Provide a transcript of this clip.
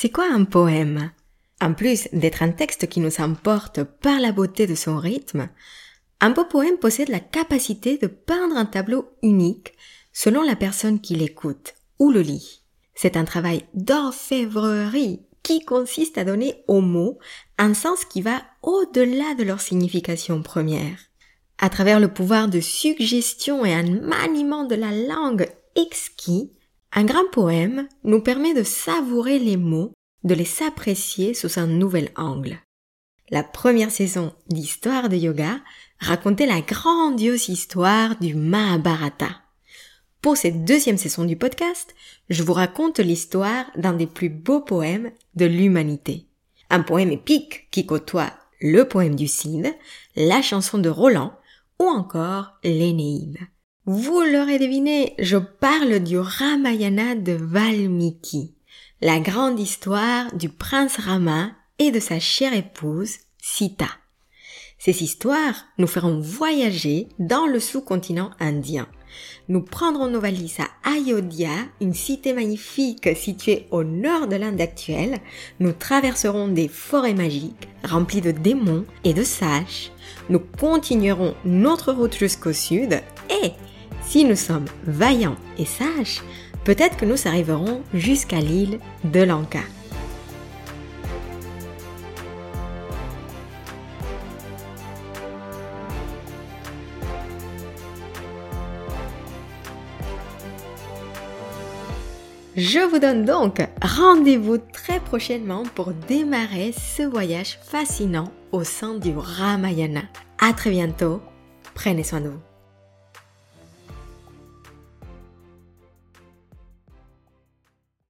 C'est quoi un poème? En plus d'être un texte qui nous emporte par la beauté de son rythme, un beau poème possède la capacité de peindre un tableau unique selon la personne qui l'écoute ou le lit. C'est un travail d'orfèvrerie qui consiste à donner aux mots un sens qui va au-delà de leur signification première. À travers le pouvoir de suggestion et un maniement de la langue exquis, un grand poème nous permet de savourer les mots, de les apprécier sous un nouvel angle. La première saison d'Histoire de Yoga racontait la grandiose histoire du Mahabharata. Pour cette deuxième saison du podcast, je vous raconte l'histoire d'un des plus beaux poèmes de l'humanité. Un poème épique qui côtoie le poème du Cid, la chanson de Roland ou encore l'Énéide. Vous l'aurez deviné, je parle du Ramayana de Valmiki, la grande histoire du prince Rama et de sa chère épouse Sita. Ces histoires nous feront voyager dans le sous-continent indien. Nous prendrons nos valises à Ayodhya, une cité magnifique située au nord de l'Inde actuelle. Nous traverserons des forêts magiques remplies de démons et de sages. Nous continuerons notre route jusqu'au sud et, si nous sommes vaillants et sages, peut-être que nous arriverons jusqu'à l'île de Lanka. Je vous donne donc rendez-vous très prochainement pour démarrer ce voyage fascinant au sein du Ramayana. À très bientôt, prenez soin de vous.